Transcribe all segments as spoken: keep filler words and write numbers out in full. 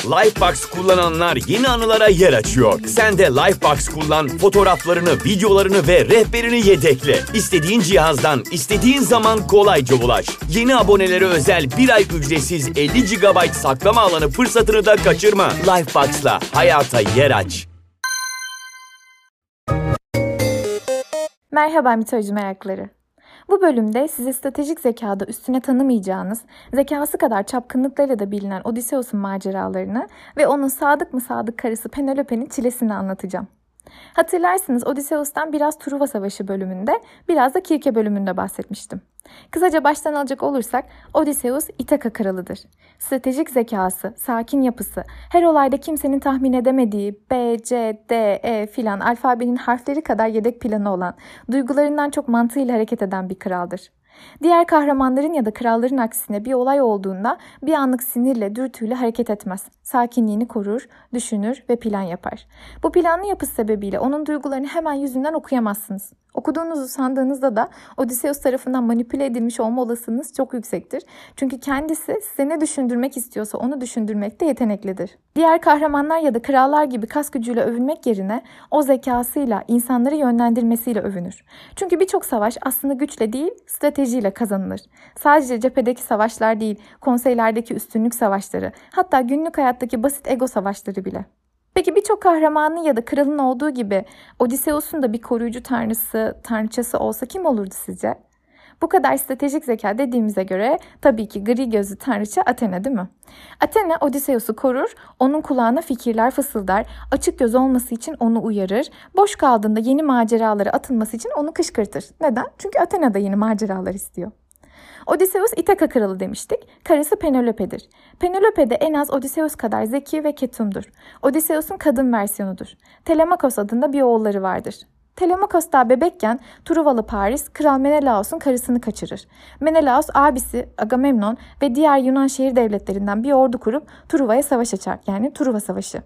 Lifebox kullananlar yeni anılara yer açıyor. Sen de Lifebox kullan, fotoğraflarını, videolarını ve rehberini yedekle. İstediğin cihazdan, istediğin zaman kolayca ulaş. Yeni abonelere özel bir ay ücretsiz elli gigabayt saklama alanı fırsatını da kaçırma. Lifebox'la hayata yer aç. Merhaba mitoloji merakları. Bu bölümde size stratejik zekada üstüne tanımayacağınız, zekası kadar çapkınlıklarıyla da bilinen Odysseus'un maceralarını ve onun sadık mı sadık karısı Penelope'nin çilesini anlatacağım. Hatırlarsınız Odysseus'tan biraz Truva Savaşı bölümünde, biraz da Kirke bölümünde bahsetmiştim. Kısaca baştan alacak olursak Odysseus İthaka kralıdır. Stratejik zekası, sakin yapısı, her olayda kimsenin tahmin edemediği B, C, D, E filan alfabenin harfleri kadar yedek planı olan, duygularından çok mantığıyla hareket eden bir kraldır. Diğer kahramanların ya da kralların aksine bir olay olduğunda bir anlık sinirle, dürtüyle hareket etmez. Sakinliğini korur, düşünür ve plan yapar. Bu planlı yapısı sebebiyle onun duygularını hemen yüzünden okuyamazsınız. Okuduğunuzu sandığınızda da Odysseus tarafından manipüle edilmiş olma olasılığınız çok yüksektir. Çünkü kendisi size ne düşündürmek istiyorsa onu düşündürmekte yeteneklidir. Diğer kahramanlar ya da krallar gibi kas gücüyle övünmek yerine o zekasıyla, insanları yönlendirmesiyle övünür. Çünkü birçok savaş aslında güçle değil, stratejiyle kazanılır. Sadece cephedeki savaşlar değil, konseylerdeki üstünlük savaşları, hatta günlük hayattaki basit ego savaşları bile. Peki birçok kahramanın ya da kralın olduğu gibi Odysseus'un da bir koruyucu tanrısı, tanrıçası olsa kim olurdu sizce? Bu kadar stratejik zeka dediğimize göre tabii ki gri gözlü tanrıça Athena değil mi? Athena Odysseus'u korur, onun kulağına fikirler fısıldar, açık göz olması için onu uyarır, boş kaldığında yeni maceralara atılması için onu kışkırtır. Neden? Çünkü Athena da yeni maceralar istiyor. Odysseus İthaka kralı demiştik. Karısı Penelope'dir. Penelope de en az Odysseus kadar zeki ve ketumdur. Odysseus'un kadın versiyonudur. Telemakos adında bir oğulları vardır. Telemakos daha bebekken Truvalı Paris, Kral Menelaos'un karısını kaçırır. Menelaos abisi Agamemnon ve diğer Yunan şehir devletlerinden bir ordu kurup Truva'ya savaş açar. Yani Truva Savaşı.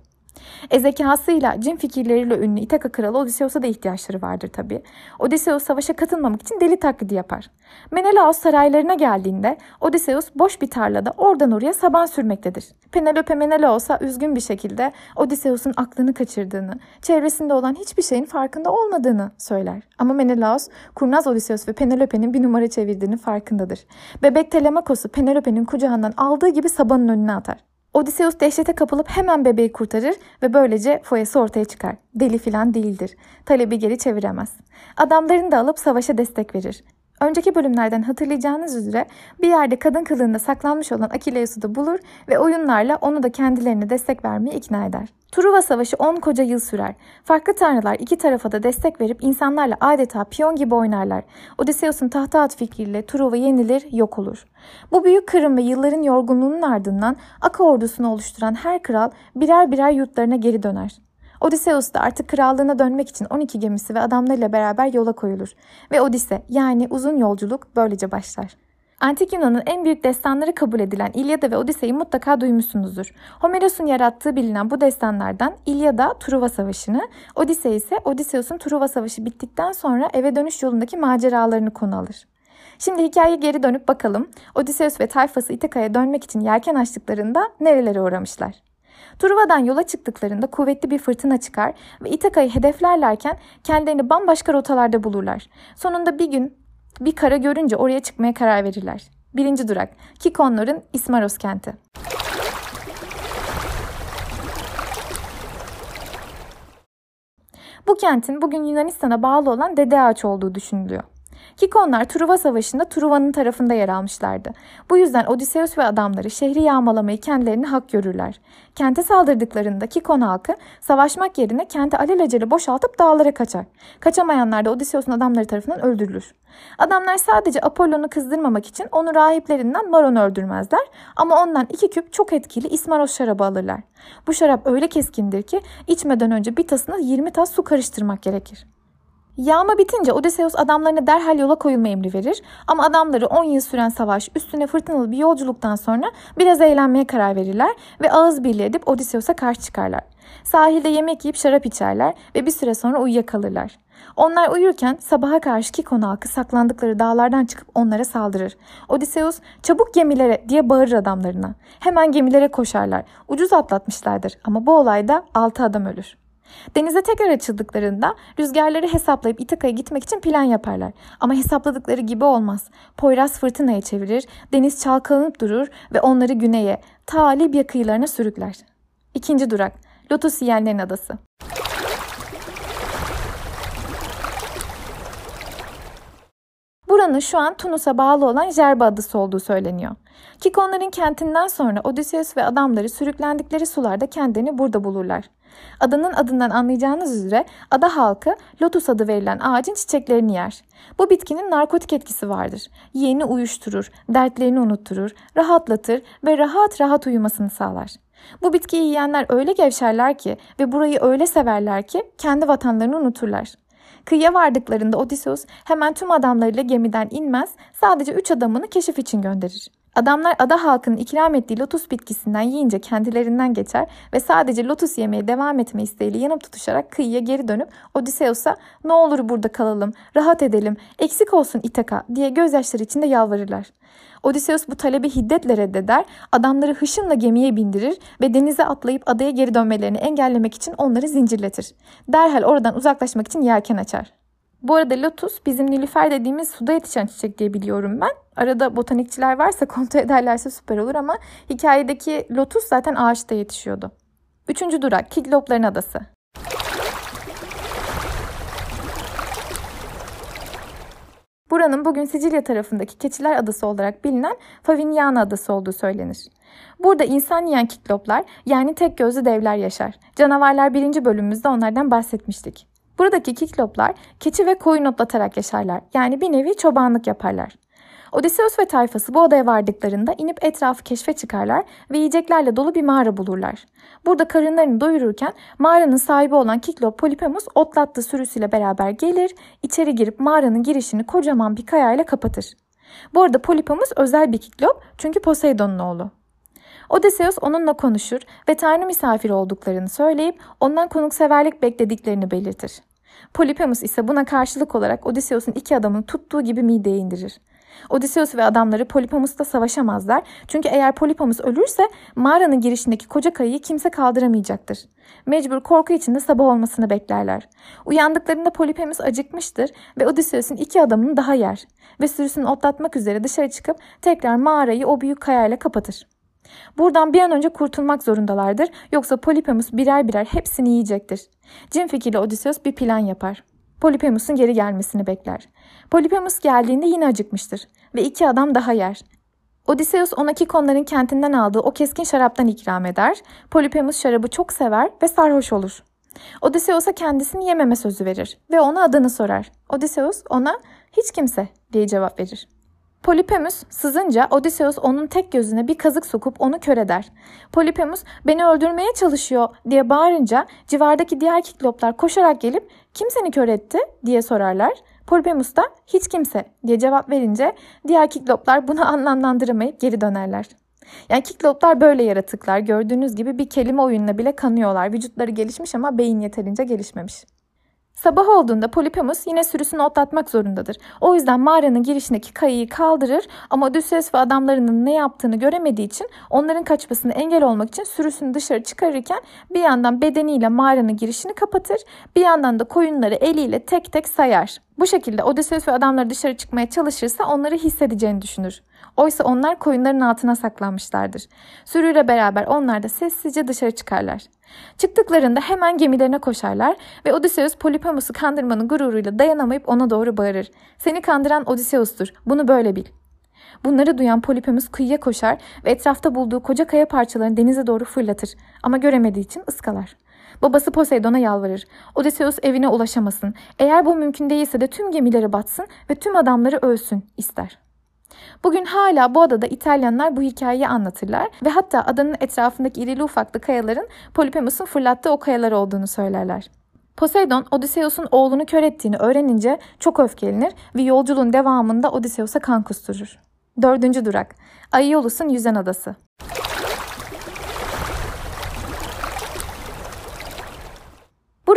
E zekasıyla, cin fikirleriyle ünlü İthaka kralı Odysseus'a da ihtiyaçları vardır tabii. Odysseus savaşa katılmamak için deli taklidi yapar. Menelaos saraylarına geldiğinde Odysseus boş bir tarlada oradan oraya saban sürmektedir. Penelope Menelaos'a üzgün bir şekilde Odysseus'un aklını kaçırdığını, çevresinde olan hiçbir şeyin farkında olmadığını söyler. Ama Menelaos, kurnaz Odysseus ve Penelope'nin bir numara çevirdiğini farkındadır. Bebek Telemakos'u Penelope'nin kucağından aldığı gibi sabanın önüne atar. Odysseus dehşete kapılıp hemen bebeği kurtarır ve böylece foyası ortaya çıkar. Deli filan değildir. Talebi geri çeviremez. Adamlarını da alıp savaşa destek verir. Önceki bölümlerden hatırlayacağınız üzere bir yerde kadın kılığında saklanmış olan Akileus'u da bulur ve oyunlarla onu da kendilerine destek vermeye ikna eder. Truva Savaşı on koca yıl sürer. Farklı tanrılar iki tarafa da destek verip insanlarla adeta piyon gibi oynarlar. Odysseus'un tahta at fikriyle Truva yenilir, yok olur. Bu büyük kırım ve yılların yorgunluğunun ardından Aka ordusunu oluşturan her kral birer birer yurtlarına geri döner. Odysseus da artık krallığına dönmek için on iki gemisi ve adamlarıyla beraber yola koyulur. Ve Odise yani uzun yolculuk böylece başlar. Antik Yunan'ın en büyük destanları kabul edilen İlyada ve Odise'yi mutlaka duymuşsunuzdur. Homeros'un yarattığı bilinen bu destanlardan İlyada Truva Savaşı'nı, Odise ise Odysseus'un Truva Savaşı bittikten sonra eve dönüş yolundaki maceralarını konu alır. Şimdi hikayeye geri dönüp bakalım. Odysseus ve tayfası İthaka'ya dönmek için yelken açtıklarında nerelere uğramışlar? Truva'dan yola çıktıklarında kuvvetli bir fırtına çıkar ve İthaka'yı hedeflerlerken kendilerini bambaşka rotalarda bulurlar. Sonunda bir gün bir kara görünce oraya çıkmaya karar verirler. Birinci durak, Kikonların İsmaros kenti. Bu kentin bugün Yunanistan'a bağlı olan Dede Ağaç olduğu düşünülüyor. Kikonlar Truva Savaşı'nda Truva'nın tarafında yer almışlardı. Bu yüzden Odysseus ve adamları şehri yağmalamayı kendilerine hak görürler. Kente saldırdıklarında Kikon halkı savaşmak yerine kenti alelacele boşaltıp dağlara kaçar. Kaçamayanlar da Odysseus'un adamları tarafından öldürülür. Adamlar sadece Apollon'u kızdırmamak için onu rahiplerinden Maron'u öldürmezler ama ondan iki küp çok etkili İsmaros şarabı alırlar. Bu şarap öyle keskindir ki içmeden önce bir tasına yirmi tas su karıştırmak gerekir. Yağma bitince Odysseus adamlarına derhal yola koyulma emri verir ama adamları on yıl süren savaş üstüne fırtınalı bir yolculuktan sonra biraz eğlenmeye karar verirler ve ağız birliği edip Odysseus'a karşı çıkarlar. Sahilde yemek yiyip şarap içerler ve bir süre sonra uyuyakalırlar. Onlar uyurken sabaha karşı Kikon halkı saklandıkları dağlardan çıkıp onlara saldırır. Odysseus "Çabuk gemilere!" diye bağırır adamlarına. Hemen gemilere koşarlar. Ucuz atlatmışlardır ama bu olayda altı adam ölür. Denize tekrar açıldıklarında rüzgarları hesaplayıp İthaka'ya gitmek için plan yaparlar. Ama hesapladıkları gibi olmaz. Poyraz fırtınaya çevirir, deniz çalkalanıp durur ve onları güneye, ta Libya kıyılarına sürükler. İkinci durak, Lotus Yiyenlerin Adası. Buranın şu an Tunus'a bağlı olan Jerba Adası olduğu söyleniyor. Kikonların kentinden sonra Odysseus ve adamları sürüklendikleri sularda kendilerini burada bulurlar. Adanın adından anlayacağınız üzere ada halkı lotus adı verilen ağacın çiçeklerini yer. Bu bitkinin narkotik etkisi vardır. Yiyeni uyuşturur, dertlerini unutturur, rahatlatır ve rahat rahat uyumasını sağlar. Bu bitkiyi yiyenler öyle gevşerler ki ve burayı öyle severler ki kendi vatanlarını unuturlar. Kıyıya vardıklarında Odysseus hemen tüm adamlarıyla gemiden inmez, sadece üç adamını keşif için gönderir. Adamlar ada halkının ikram ettiği lotus bitkisinden yiyince kendilerinden geçer ve sadece lotus yemeye devam etme isteğiyle yanıp tutuşarak kıyıya geri dönüp Odysseus'a "Ne olur burada kalalım, rahat edelim, eksik olsun İthaka" diye gözyaşları içinde yalvarırlar. Odysseus bu talebi hiddetle reddeder, adamları hışımla gemiye bindirir ve denize atlayıp adaya geri dönmelerini engellemek için onları zincirletir. Derhal oradan uzaklaşmak için yelken açar. Bu arada lotus bizim nilüfer dediğimiz suda yetişen çiçek diye biliyorum ben. Arada botanikçiler varsa kontrol ederlerse süper olur ama hikayedeki lotus zaten ağaçta yetişiyordu. Üçüncü durak, Kiklopların Adası. Buranın bugün Sicilya tarafındaki Keçiler Adası olarak bilinen Favignana Adası olduğu söylenir. Burada insan yiyen kikloplar, yani tek gözlü devler yaşar. Canavarlar birinci bölümümüzde onlardan bahsetmiştik. Buradaki kikloplar keçi ve koyun otlatarak yaşarlar. Yani bir nevi çobanlık yaparlar. Odysseus ve tayfası bu adaya vardıklarında inip etrafı keşfe çıkarlar ve yiyeceklerle dolu bir mağara bulurlar. Burada karınlarını doyururken mağaranın sahibi olan Kiklop Polyphemus otlattığı sürüsüyle beraber gelir, içeri girip mağaranın girişini kocaman bir kayayla kapatır. Bu arada Polyphemus özel bir kiklop çünkü Poseidon'un oğlu. Odysseus onunla konuşur ve tanrı misafiri olduklarını söyleyip ondan konukseverlik beklediklerini belirtir. Polyphemus ise buna karşılık olarak Odysseus'un iki adamını tuttuğu gibi mideye indirir. Odysseus ve adamları Polyphemus'la savaşamazlar çünkü eğer Polyphemus ölürse mağaranın girişindeki koca kayayı kimse kaldıramayacaktır. Mecbur korku içinde sabah olmasını beklerler. Uyandıklarında Polyphemus acıkmıştır ve Odysseus'un iki adamını daha yer ve sürüsünü otlatmak üzere dışarı çıkıp tekrar mağarayı o büyük kayayla kapatır. Buradan bir an önce kurtulmak zorundalardır yoksa Polyphemus birer birer hepsini yiyecektir. Cin fikirli Odysseus bir plan yapar. Polyphemus'un geri gelmesini bekler. Polyphemus geldiğinde yine acıkmıştır ve iki adam daha yer. Odysseus ona Kikonların kentinden aldığı o keskin şaraptan ikram eder. Polyphemus şarabı çok sever ve sarhoş olur. Odysseus'a kendisini yememe sözü verir ve ona adını sorar. Odysseus ona "Hiç kimse" diye cevap verir. Polyphemus sızınca Odysseus onun tek gözüne bir kazık sokup onu kör eder. Polyphemus "Beni öldürmeye çalışıyor" diye bağırınca civardaki diğer kikloplar koşarak gelip "Kim seni kör etti?" diye sorarlar. Polyphemus da "Hiç kimse" diye cevap verince diğer kikloplar bunu anlamlandıramayıp geri dönerler. Yani kikloplar böyle yaratıklar. Gördüğünüz gibi bir kelime oyununa bile kanıyorlar. Vücutları gelişmiş ama beyin yeterince gelişmemiş. Sabah olduğunda Polyphemus yine sürüsünü otlatmak zorundadır. O yüzden mağaranın girişindeki kayayı kaldırır ama Odysseus ve adamlarının ne yaptığını göremediği için onların kaçmasına engel olmak için sürüsünü dışarı çıkarırken bir yandan bedeniyle mağaranın girişini kapatır, bir yandan da koyunları eliyle tek tek sayar. Bu şekilde Odysseus ve adamları dışarı çıkmaya çalışırsa onları hissedeceğini düşünür. Oysa onlar koyunların altına saklanmışlardır. Sürüyle beraber onlar da sessizce dışarı çıkarlar. Çıktıklarında hemen gemilerine koşarlar ve Odysseus Polyphemus'u kandırmanın gururuyla dayanamayıp ona doğru bağırır. "Seni kandıran Odysseus'tur, bunu böyle bil." Bunları duyan Polyphemus kıyıya koşar ve etrafta bulduğu koca kaya parçalarını denize doğru fırlatır ama göremediği için ıskalar. Babası Poseidon'a yalvarır. Odysseus evine ulaşamasın, eğer bu mümkün değilse de tüm gemileri batsın ve tüm adamları ölsün ister. Bugün hala bu adada İtalyanlar bu hikayeyi anlatırlar ve hatta adanın etrafındaki irili ufaklı kayaların Polyphemus'un fırlattığı o kayalar olduğunu söylerler. Poseidon, Odysseus'un oğlunu kör ettiğini öğrenince çok öfkelenir ve yolculuğun devamında Odysseus'a kan kusturur. Dördüncü durak, Aiolus'un Yüzen Adası.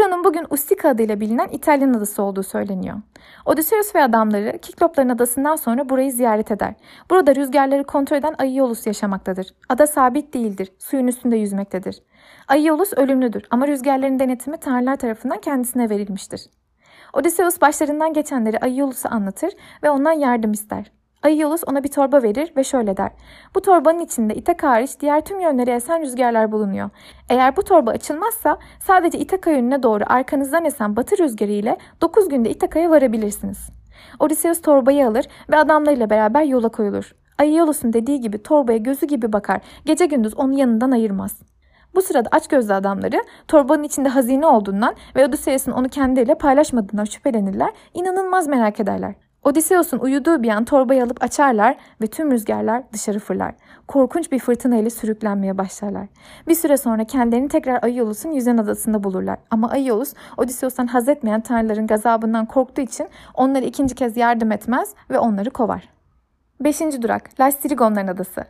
Buranın bugün Ustica adıyla bilinen İtalyan adası olduğu söyleniyor. Odysseus ve adamları Kiklopların adasından sonra burayı ziyaret eder. Burada rüzgarları kontrol eden Aiolus yaşamaktadır. Ada sabit değildir, suyun üstünde yüzmektedir. Aiolus ölümlüdür ama rüzgarların denetimi tanrılar tarafından kendisine verilmiştir. Odysseus başlarından geçenleri Aiolus'a anlatır ve ondan yardım ister. Aiolus ona bir torba verir ve şöyle der. Bu torbanın içinde İthaka hariç diğer tüm yönleri esen rüzgarlar bulunuyor. Eğer bu torba açılmazsa sadece İthaka yönüne doğru arkanızdan esen batı rüzgarı ile dokuz günde İthaka'ya varabilirsiniz. Odysseus torbayı alır ve adamlarıyla beraber yola koyulur. Aiolus'un dediği gibi torbaya gözü gibi bakar, gece gündüz onu yanından ayırmaz. Bu sırada açgözlü adamları torbanın içinde hazine olduğundan ve Odysseus'un onu kendileriyle paylaşmadığından şüphelenirler, inanılmaz merak ederler. Odysseus'un uyuduğu bir an torbayı alıp açarlar ve tüm rüzgarlar dışarı fırlar. Korkunç bir fırtına ile sürüklenmeye başlarlar. Bir süre sonra kendilerini tekrar Aiolus'un yüzen adasında bulurlar. Ama Aiolus, Odysseus'tan haz etmeyen tanrıların gazabından korktuğu için onlara ikinci kez yardım etmez ve onları kovar. Beşinci durak, Lastrigonların adası.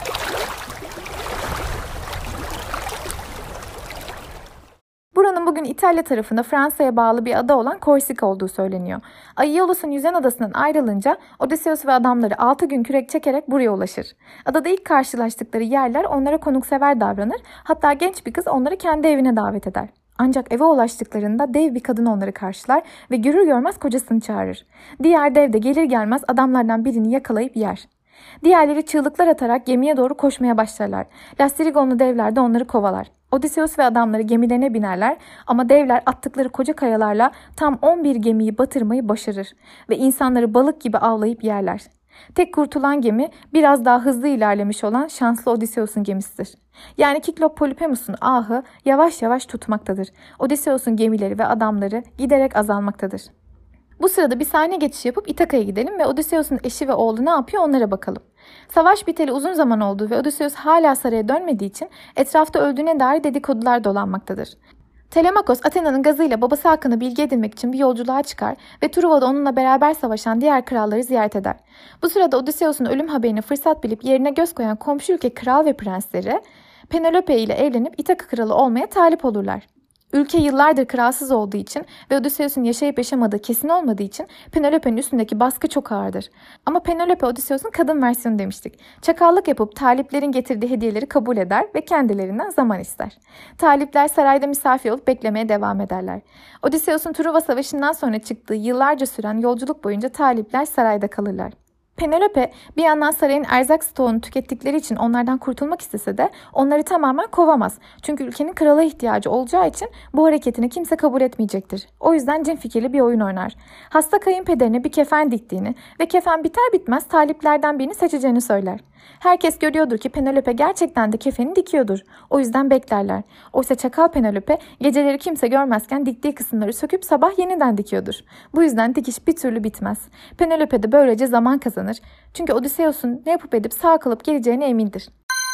Buranın bugün İtalya tarafında Fransa'ya bağlı bir ada olan Korsika olduğu söyleniyor. Aiolus'un yüzen adasından ayrılınca Odysseus ve adamları altı gün kürek çekerek buraya ulaşır. Adada ilk karşılaştıkları yerler onlara konuksever davranır, hatta genç bir kız onları kendi evine davet eder. Ancak eve ulaştıklarında dev bir kadın onları karşılar ve görür görmez kocasını çağırır. Diğer dev de gelir gelmez adamlardan birini yakalayıp yer. Diğerleri çığlıklar atarak gemiye doğru koşmaya başlarlar. Lastrigonlu devler de onları kovalar. Odysseus ve adamları gemilerine binerler ama devler attıkları koca kayalarla tam on bir gemiyi batırmayı başarır ve insanları balık gibi avlayıp yerler. Tek kurtulan gemi biraz daha hızlı ilerlemiş olan şanslı Odysseus'un gemisidir. Yani Kiklop Polyphemus'un ahı yavaş yavaş tutmaktadır. Odysseus'un gemileri ve adamları giderek azalmaktadır. Bu sırada bir sahne geçişi yapıp İthaka'ya gidelim ve Odysseus'un eşi ve oğlu ne yapıyor onlara bakalım. Savaş biteli uzun zaman oldu ve Odysseus hala saraya dönmediği için etrafta öldüğüne dair dedikodular dolanmaktadır. Telemakos Athena'nın gazıyla babası hakkında bilgi edinmek için bir yolculuğa çıkar ve Truva'da onunla beraber savaşan diğer kralları ziyaret eder. Bu sırada Odysseus'un ölüm haberini fırsat bilip yerine göz koyan komşu ülke kral ve prensleri Penelope ile evlenip İthaka kralı olmaya talip olurlar. Ülke yıllardır kralsız olduğu için ve Odysseus'un yaşayıp yaşamadığı kesin olmadığı için Penelope'nin üstündeki baskı çok ağırdır. Ama Penelope Odysseus'un kadın versiyonu demiştik. Çakallık yapıp taliplerin getirdiği hediyeleri kabul eder ve kendilerinden zaman ister. Talipler sarayda misafir olup beklemeye devam ederler. Odysseus'un Truva Savaşı'ndan sonra çıktığı yıllarca süren yolculuk boyunca talipler sarayda kalırlar. Penelope bir yandan sarayın erzak stoğunu tükettikleri için onlardan kurtulmak istese de onları tamamen kovamaz. Çünkü ülkenin krala ihtiyacı olacağı için bu hareketini kimse kabul etmeyecektir. O yüzden cin fikirli bir oyun oynar. Hasta kayınpederine bir kefen diktiğini ve kefen biter bitmez taliplerden birini seçeceğini söyler. Herkes görüyordur ki Penelope gerçekten de kefeni dikiyordur. O yüzden beklerler. Oysa çakal Penelope geceleri kimse görmezken diktiği kısımları söküp sabah yeniden dikiyordur. Bu yüzden dikiş bir türlü bitmez. Penelope de böylece zaman kazanır. Çünkü Odysseus'un ne yapıp edip sağ kalıp geleceğine emindir.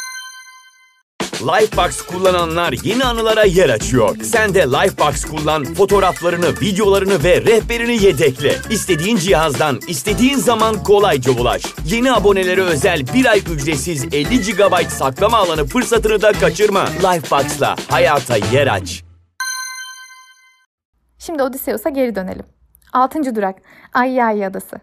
Lifebox kullananlar yeni anılara yer açıyor. Sen de Lifebox kullan, fotoğraflarını, videolarını ve rehberini yedekle. İstediğin cihazdan, istediğin zaman kolayca ulaş. Yeni abonelere özel bir ay ücretsiz elli gigabayt saklama alanı fırsatını da kaçırma. Lifebox'la hayata yer aç. Şimdi Odysseus'a geri dönelim. Altıncı durak, Aiai Adası.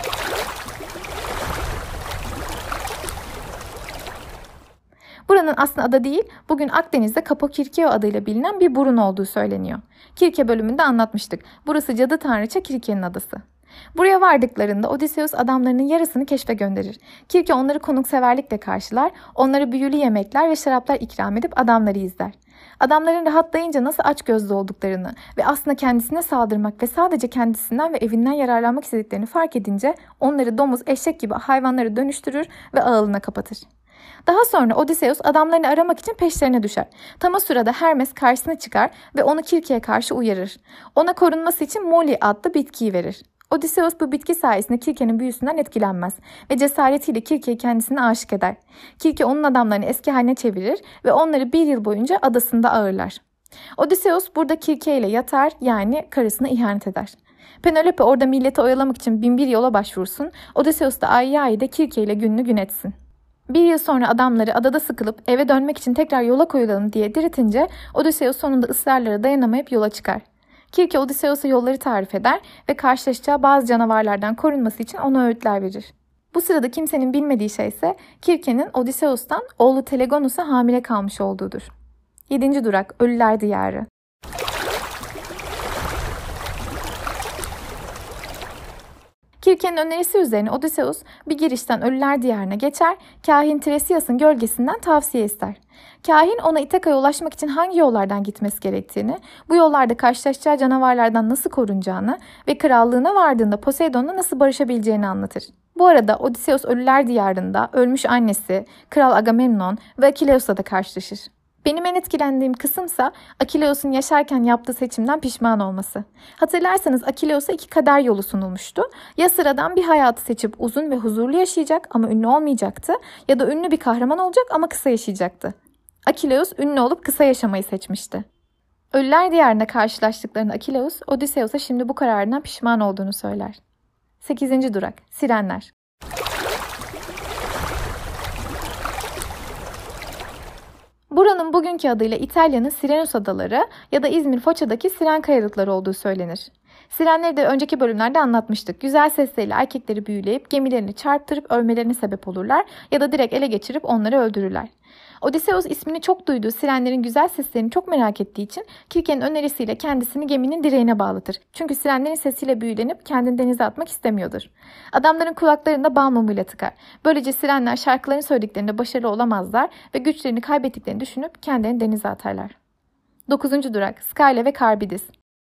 Buranın aslında ada değil, bugün Akdeniz'de Kapokirkeo adıyla bilinen bir burun olduğu söyleniyor. Kirke bölümünde anlatmıştık. Burası cadı tanrıça Kirke'nin adası. Buraya vardıklarında Odysseus adamlarının yarısını keşfe gönderir. Kirke onları konukseverlikle karşılar, onlara büyülü yemekler ve şaraplar ikram edip adamları izler. Adamların rahatlayınca nasıl açgözlü olduklarını ve aslında kendisine saldırmak ve sadece kendisinden ve evinden yararlanmak istediklerini fark edince onları domuz, eşek gibi hayvanlara dönüştürür ve ağılına kapatır. Daha sonra Odysseus adamlarını aramak için peşlerine düşer. Tam o sırada Hermes karşısına çıkar ve onu Kirke'ye karşı uyarır. Ona korunması için Molly adlı bitkiyi verir. Odysseus bu bitki sayesinde Kirke'nin büyüsünden etkilenmez ve cesaretiyle Kirke'yi kendisine aşık eder. Kirke onun adamlarını eski haline çevirir ve onları bir yıl boyunca adasında ağırlar. Odysseus burada Kirke ile yatar, yani karısına ihanet eder. Penelope orada milleti oyalamak için bin bir yola başvursun, Odysseus da Aiai'de Kirke ile gününü gün etsin. Bir yıl sonra adamları adada sıkılıp eve dönmek için tekrar yola koyulalım diye diretince Odysseus sonunda ısrarlara dayanamayıp yola çıkar. Kirke Odysseus'a yolları tarif eder ve karşılaşacağı bazı canavarlardan korunması için ona öğütler verir. Bu sırada kimsenin bilmediği şey ise Kirke'nin Odysseus'tan oğlu Telegonus'a hamile kalmış olduğudur. yedinci durak Ölüler Diyarı. Kirke'nin önerisi üzerine Odysseus bir girişten Ölüler Diyarı'na geçer, kahin Tiresias'ın gölgesinden tavsiye ister. Kahin ona İthaka'ya ulaşmak için hangi yollardan gitmesi gerektiğini, bu yollarda karşılaşacağı canavarlardan nasıl korunacağını ve krallığına vardığında Poseidon'la nasıl barışabileceğini anlatır. Bu arada Odysseus Ölüler Diyarı'nda ölmüş annesi, Kral Agamemnon ve Akileus'la da karşılaşır. Benim en etkilendiğim kısımsa Akileus'un yaşarken yaptığı seçimden pişman olması. Hatırlarsanız Akileus'a iki kader yolu sunulmuştu. Ya sıradan bir hayatı seçip uzun ve huzurlu yaşayacak ama ünlü olmayacaktı ya da ünlü bir kahraman olacak ama kısa yaşayacaktı. Akileus ünlü olup kısa yaşamayı seçmişti. Ölüler Diyarı'nda karşılaştıklarında Akileus, Odysseus'a şimdi bu kararından pişman olduğunu söyler. sekizinci durak Sirenler. Buranın bugünkü adıyla İtalya'nın Sirenus Adaları ya da İzmir Foça'daki Siren Kayalıkları olduğu söylenir. Sirenleri de önceki bölümlerde anlatmıştık. Güzel sesleriyle erkekleri büyüleyip gemilerini çarptırıp ölmelerine sebep olurlar ya da direkt ele geçirip onları öldürürler. Odysseus ismini çok duyduğu sirenlerin güzel seslerini çok merak ettiği için Kirke'nin önerisiyle kendisini geminin direğine bağlatır. Çünkü sirenlerin sesiyle büyülenip kendini denize atmak istemiyordur. Adamların kulaklarında bal mumuyla tıkar. Böylece sirenler şarkılarını söylediklerinde başarılı olamazlar ve güçlerini kaybettiklerini düşünüp kendilerini denize atarlar. dokuzuncu durak Skyle ve Karbidis.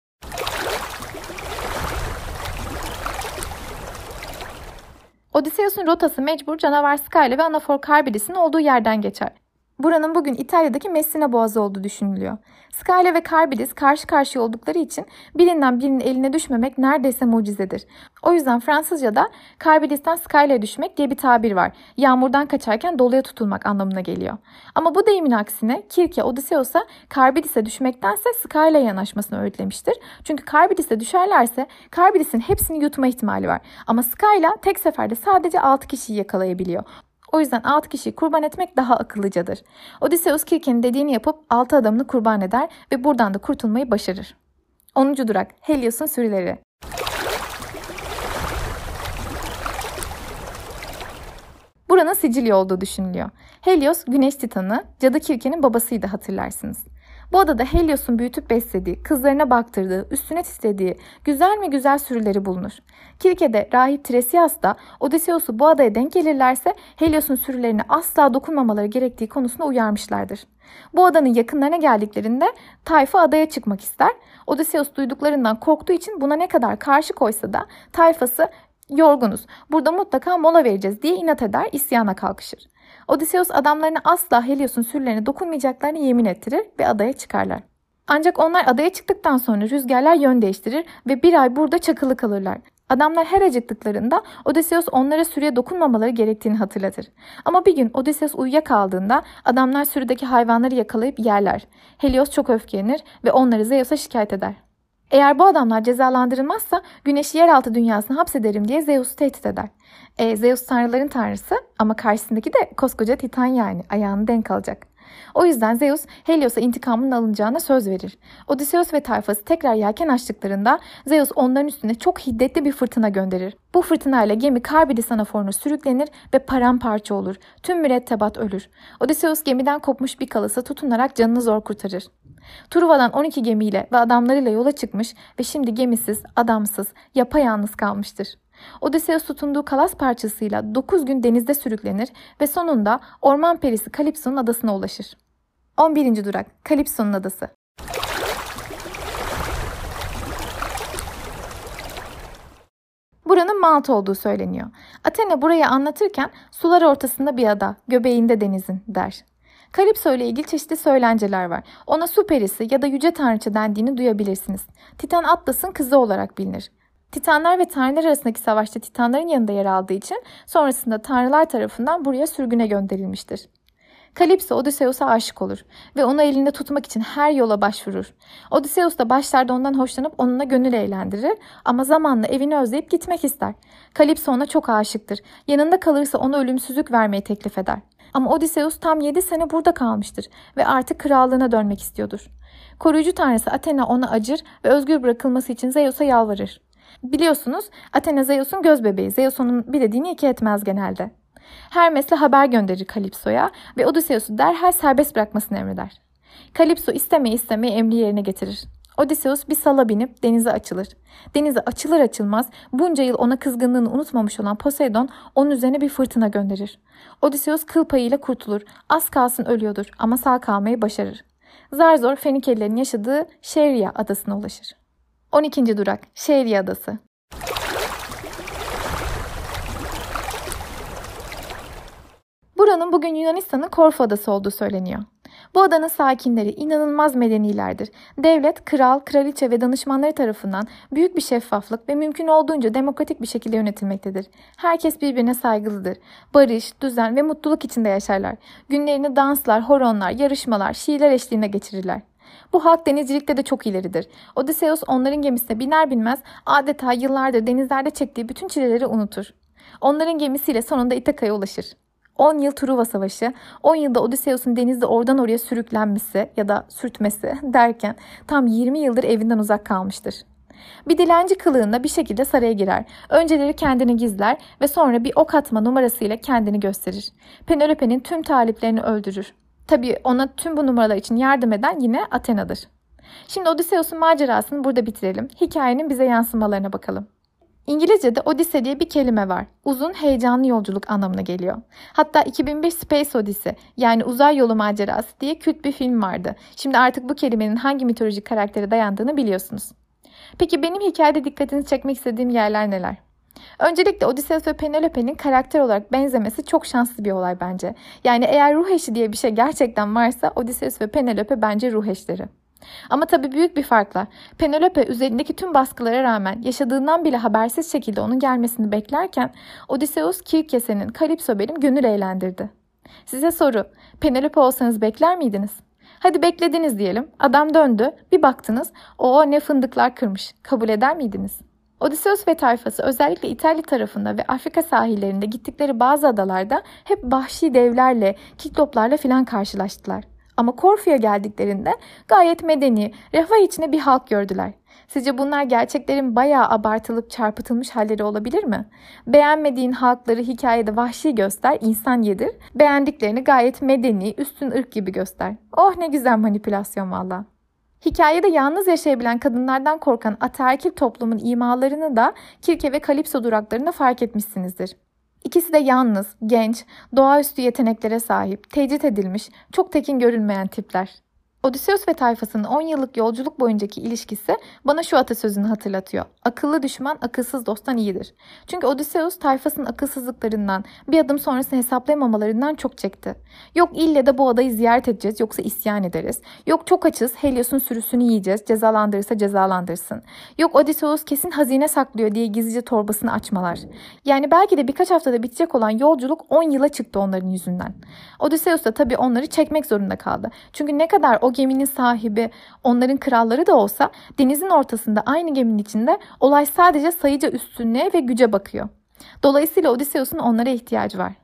Odysseus'un rotası mecbur canavar Skyle ve anafor Karbidis'in olduğu yerden geçer. Buranın bugün İtalya'daki Messina Boğazı olduğu düşünülüyor. Skyle ve Karbidis karşı karşıya oldukları için birinden birinin eline düşmemek neredeyse mucizedir. O yüzden Fransızca'da Karbidis'ten Skyle'e düşmek diye bir tabir var. Yağmurdan kaçarken doluya tutulmak anlamına geliyor. Ama bu deyimin aksine Kirke Odysseus'a Karbidis'e düşmektense Skyle'e yanaşmasını öğütlemiştir. Çünkü Karbidis'e düşerlerse Karbidis'in hepsini yutma ihtimali var. Ama Skyle tek seferde sadece altı kişiyi yakalayabiliyor. O yüzden altı kişiyi kurban etmek daha akıllıcadır. Odysseus Kirke'nin dediğini yapıp altı adamını kurban eder ve buradan da kurtulmayı başarır. onuncu durak Helios'un sürüleri. Buranın Sicilya olduğu düşünülüyor. Helios, Güneş Titanı, Cadı Kirke'nin babasıydı hatırlarsınız. Bu adada Helios'un büyütüp beslediği, kızlarına baktırdığı, üstüne titrediği güzel mi güzel sürüleri bulunur. Kirke'de rahip Tiresias da Odysseus'u bu adaya denk gelirlerse Helios'un sürülerine asla dokunmamaları gerektiği konusunda uyarmışlardır. Bu adanın yakınlarına geldiklerinde tayfa adaya çıkmak ister. Odysseus duyduklarından korktuğu için buna ne kadar karşı koysa da tayfası yorgunuz, burada mutlaka mola vereceğiz diye inat eder, isyana kalkışır. Odysseus adamlarına asla Helios'un sürülerine dokunmayacaklarını yemin ettirir ve adaya çıkarlar. Ancak onlar adaya çıktıktan sonra rüzgarlar yön değiştirir ve bir ay burada çakılı kalırlar. Adamlar her acıktıklarında Odysseus onlara sürüye dokunmamaları gerektiğini hatırlatır. Ama bir gün Odysseus uyuyakaldığında adamlar sürüdeki hayvanları yakalayıp yerler. Helios çok öfkelenir ve onları Zeus'a şikayet eder. Eğer bu adamlar cezalandırılmazsa Güneş'i yeraltı dünyasına hapsederim diye Zeus'u tehdit eder. E, Zeus tanrıların tanrısı ama karşısındaki de koskoca Titan yani ayağını denk alacak. O yüzden Zeus Helios'a intikamının alınacağına söz verir. Odysseus ve tayfası tekrar yelken açtıklarında Zeus onların üstüne çok hiddetli bir fırtına gönderir. Bu fırtınayla gemi Karbidis anaforuna sürüklenir ve paramparça olur. Tüm mürettebat ölür. Odysseus gemiden kopmuş bir kalasa tutunarak canını zor kurtarır. Truva'dan on iki gemiyle ve adamlarıyla yola çıkmış ve şimdi gemisiz, adamsız, yapayalnız kalmıştır. Odysseus tutunduğu kalas parçasıyla dokuz gün denizde sürüklenir ve sonunda orman perisi Kalipso'nun adasına ulaşır. on birinci durak Kalipso'nun adası. Buranın Malta olduğu söyleniyor. Athena burayı anlatırken sular ortasında bir ada, göbeğinde denizin der. Kalipso ile ilgili çeşitli söylenceler var. Ona su perisi ya da yüce tanrıça dendiğini duyabilirsiniz. Titan Atlas'ın kızı olarak bilinir. Titanlar ve tanrılar arasındaki savaşta Titanların yanında yer aldığı için sonrasında tanrılar tarafından buraya sürgüne gönderilmiştir. Kalipso Odysseus'a aşık olur ve onu elinde tutmak için her yola başvurur. Odysseus da başlarda ondan hoşlanıp onunla gönül eğlendirir ama zamanla evini özleyip gitmek ister. Kalipso ona çok aşıktır. Yanında kalırsa ona ölümsüzlük vermeyi teklif eder. Ama Odysseus tam yedi sene burada kalmıştır ve artık krallığına dönmek istiyordur. Koruyucu tanrısı Athena ona acır ve özgür bırakılması için Zeus'a yalvarır. Biliyorsunuz Athena Zeus'un göz bebeği. Zeus onun bir dediğini iki etmez genelde. Hermes'le haber gönderir Kalipso'ya ve Odysseus'u derhal serbest bırakmasını emreder. Kalipso istemeye istemeye emri yerine getirir. Odysseus bir sala binip denize açılır. Denize açılır açılmaz bunca yıl ona kızgınlığını unutmamış olan Poseidon onun üzerine bir fırtına gönderir. Odysseus kıl payıyla kurtulur. Az kalsın ölüyordur ama sağ kalmayı başarır. Zar zor Fenikelilerin yaşadığı Şeria adasına ulaşır. on ikinci durak Şeria adası. Buranın bugün Yunanistan'ın Korfu adası olduğu söyleniyor. Bu adanın sakinleri inanılmaz medenilerdir. Devlet, kral, kraliçe ve danışmanları tarafından büyük bir şeffaflık ve mümkün olduğunca demokratik bir şekilde yönetilmektedir. Herkes birbirine saygılıdır. Barış, düzen ve mutluluk içinde yaşarlar. Günlerini danslar, horonlar, yarışmalar, şiirler eşliğinde geçirirler. Bu halk denizcilikte de çok ileridir. Odysseus onların gemisine biner binmez adeta yıllardır denizlerde çektiği bütün çileleri unutur. Onların gemisiyle sonunda İthaka'ya ulaşır. on yıl Truva Savaşı, on yılda Odysseus'un denizde oradan oraya sürüklenmesi ya da sürtmesi derken tam yirmi yıldır evinden uzak kalmıştır. Bir dilenci kılığında bir şekilde saraya girer. Önceleri kendini gizler ve sonra bir ok atma numarasıyla kendini gösterir. Penelope'nin tüm taliplerini öldürür. Tabii ona tüm bu numaralar için yardım eden yine Athena'dır. Şimdi Odysseus'un macerasını burada bitirelim. Hikayenin bize yansımalarına bakalım. İngilizce'de Odyssey diye bir kelime var. Uzun, heyecanlı yolculuk anlamına geliyor. Hatta iki bin beş Space Odyssey yani uzay yolu macerası diye kült bir film vardı. Şimdi artık bu kelimenin hangi mitolojik karaktere dayandığını biliyorsunuz. Peki benim hikayede dikkatini çekmek istediğim yerler neler? Öncelikle Odysseus ve Penelope'nin karakter olarak benzemesi çok şanslı bir olay bence. Yani eğer ruh eşi diye bir şey gerçekten varsa Odysseus ve Penelope bence ruh eşleri. Ama tabii büyük bir farkla Penelope üzerindeki tüm baskılara rağmen yaşadığından bile habersiz şekilde onun gelmesini beklerken Odysseus Kirkese'nin Kalipso benim gönül eğlendirdi. Size soru, Penelope olsanız bekler miydiniz? Hadi beklediniz diyelim, adam döndü, bir baktınız, o ne fındıklar kırmış, kabul eder miydiniz? Odysseus ve tayfası özellikle İtalya tarafında ve Afrika sahillerinde gittikleri bazı adalarda hep vahşi devlerle, kikloplarla filan karşılaştılar. Ama Korfu'ya geldiklerinde gayet medeni, refah içinde bir halk gördüler. Sizce bunlar gerçeklerin bayağı abartılıp çarpıtılmış halleri olabilir mi? Beğenmediğin halkları hikayede vahşi göster, insan yedir. Beğendiklerini gayet medeni, üstün ırk gibi göster. Oh ne güzel manipülasyon valla. Hikayede yalnız yaşayabilen kadınlardan korkan ataerkil toplumun imalarını da Kirke ve Kalipso duraklarında fark etmişsinizdir. İkisi de yalnız, genç, doğaüstü yeteneklere sahip, tecrit edilmiş, çok tekin görünmeyen tipler. Odysseus ve tayfasının on yıllık yolculuk boyuncaki ilişkisi bana şu atasözünü hatırlatıyor. Akıllı düşman akılsız dosttan iyidir. Çünkü Odysseus tayfasının akılsızlıklarından, bir adım sonrasını hesaplayamamalarından çok çekti. Yok ille de bu adayı ziyaret edeceğiz yoksa isyan ederiz. Yok çok açız, Helios'un sürüsünü yiyeceğiz, cezalandırırsa cezalandırsın. Yok Odysseus kesin hazine saklıyor diye gizlice torbasını açmalar. Yani belki de birkaç haftada bitecek olan yolculuk on yıla çıktı onların yüzünden. Odysseus da tabii onları çekmek zorunda kaldı. Çünkü ne kadar o geminin sahibi onların kralları da olsa denizin ortasında aynı geminin içinde olay sadece sayıca üstünlüğe ve güce bakıyor. Dolayısıyla Odysseus'un onlara ihtiyacı var.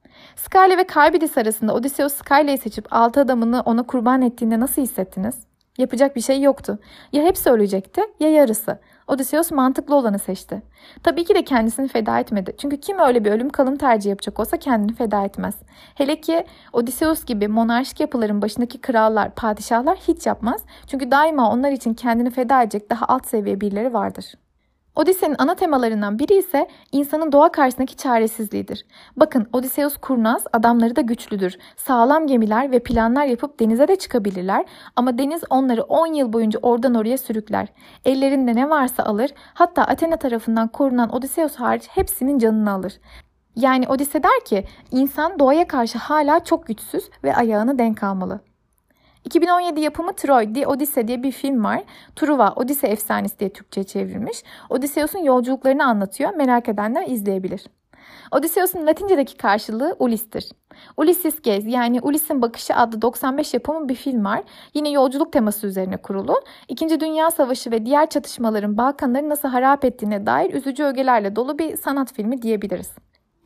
Skale ve Karbides arasında Odysseus Skale'yi seçip altı adamını ona kurban ettiğinde nasıl hissettiniz? Yapacak bir şey yoktu. Ya hepsi ölecekti ya yarısı. Odysseus mantıklı olanı seçti. Tabii ki de kendisini feda etmedi. Çünkü kim öyle bir ölüm kalım tercih yapacak olsa kendini feda etmez. Hele ki Odysseus gibi monarşik yapıların başındaki krallar, padişahlar hiç yapmaz. Çünkü daima onlar için kendini feda edecek daha alt seviye birileri vardır. Odysseus'un ana temalarından biri ise insanın doğa karşısındaki çaresizliğidir. Bakın Odysseus kurnaz, adamları da güçlüdür. Sağlam gemiler ve planlar yapıp denize de çıkabilirler ama deniz onları on yıl boyunca oradan oraya sürükler. Ellerinde ne varsa alır, hatta Athena tarafından korunan Odysseus hariç hepsinin canını alır. Yani Odysseus der ki insan doğaya karşı hala çok güçsüz ve ayağını denk almalı. iki bin on yedi yapımı Troy, The Odyssey diye bir film var. Truva, Odyssey efsanesi diye Türkçe'ye çevrilmiş. Odysseus'un yolculuklarını anlatıyor. Merak edenler izleyebilir. Odysseus'un Latince'deki karşılığı Ulysses'tir. Ulysses Gaze yani Ulysses'in Bakışı adlı doksan beş yapımı bir film var. Yine yolculuk teması üzerine kurulu. İkinci Dünya Savaşı ve diğer çatışmaların Balkanları nasıl harap ettiğine dair üzücü ögelerle dolu bir sanat filmi diyebiliriz.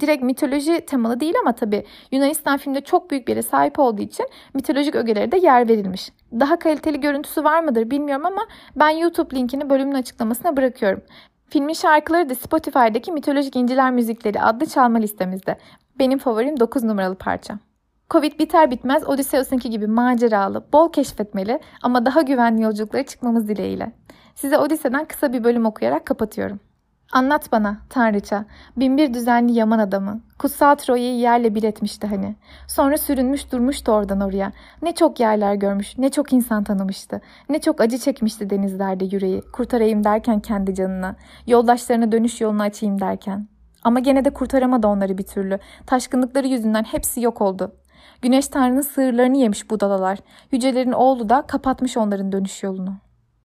Direkt mitoloji temalı değil ama tabii Yunanistan filmde çok büyük bir yere sahip olduğu için mitolojik ögelere de yer verilmiş. Daha kaliteli görüntüsü var mıdır bilmiyorum ama ben YouTube linkini bölümün açıklamasına bırakıyorum. Filmin şarkıları da Spotify'daki Mitolojik İnciler Müzikleri adlı çalma listemizde. Benim favorim dokuz numaralı parça. Covid biter bitmez Odysseus'unki gibi maceralı, bol keşfetmeli ama daha güvenli yolculuklara çıkmamız dileğiyle. Size Odysseus'dan kısa bir bölüm okuyarak kapatıyorum. Anlat bana, tanrıça, binbir düzenli yaman adamı. Kutsal Troya'yı yerle bir etmişti hani. Sonra sürünmüş durmuştu oradan oraya. Ne çok yerler görmüş, ne çok insan tanımıştı. Ne çok acı çekmişti denizlerde yüreği. Kurtarayım derken kendi canına. Yoldaşlarına dönüş yolunu açayım derken. Ama gene de kurtaramadı onları bir türlü. Taşkınlıkları yüzünden hepsi yok oldu. Güneş Tanrı'nın sığırlarını yemiş bu dadalar. Yücelerin oğlu da kapatmış onların dönüş yolunu.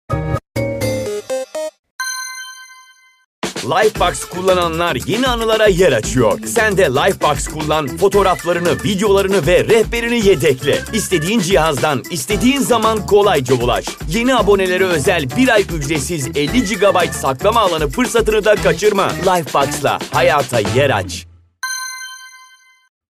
Lifebox kullananlar yeni anılara yer açıyor. Sen de Lifebox kullan, fotoğraflarını, videolarını ve rehberini yedekle. İstediğin cihazdan, istediğin zaman kolayca ulaş. Yeni abonelere özel bir ay ücretsiz elli gigabayt saklama alanı fırsatını da kaçırma. Lifebox'la hayata yer aç.